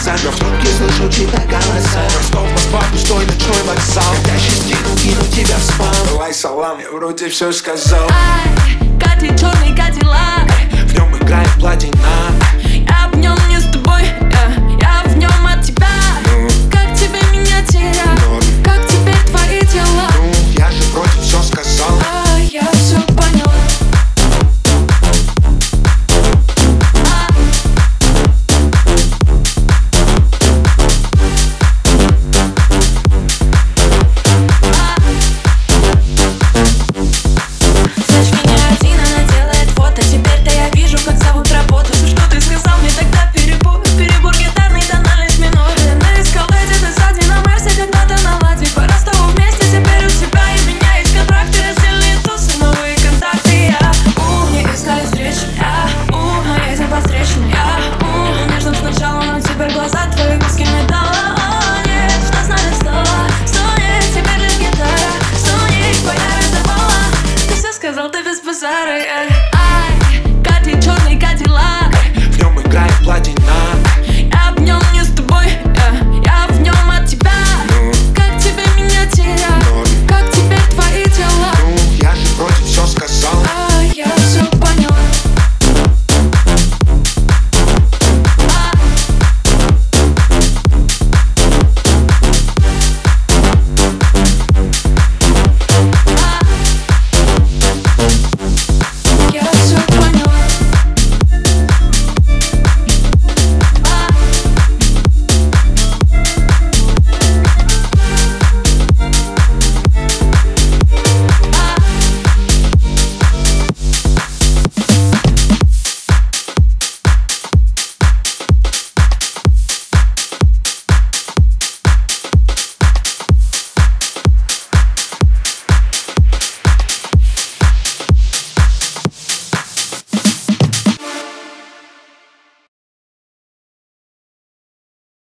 глаза, но в трубке слышу чьи-то голоса. Ростов, Москва, пустой ночной вокзал. Хотящий скину тебя в спам. Давай салам, я вроде все сказал. Катя, черный Кадиллак, в нем играет платина. я в нем не с тобой, я в нем от тебя. Как тебе меня терять? Как теперь твои дела? Я же вроде все сказал. Я все поняла. Сказал, ты без базара,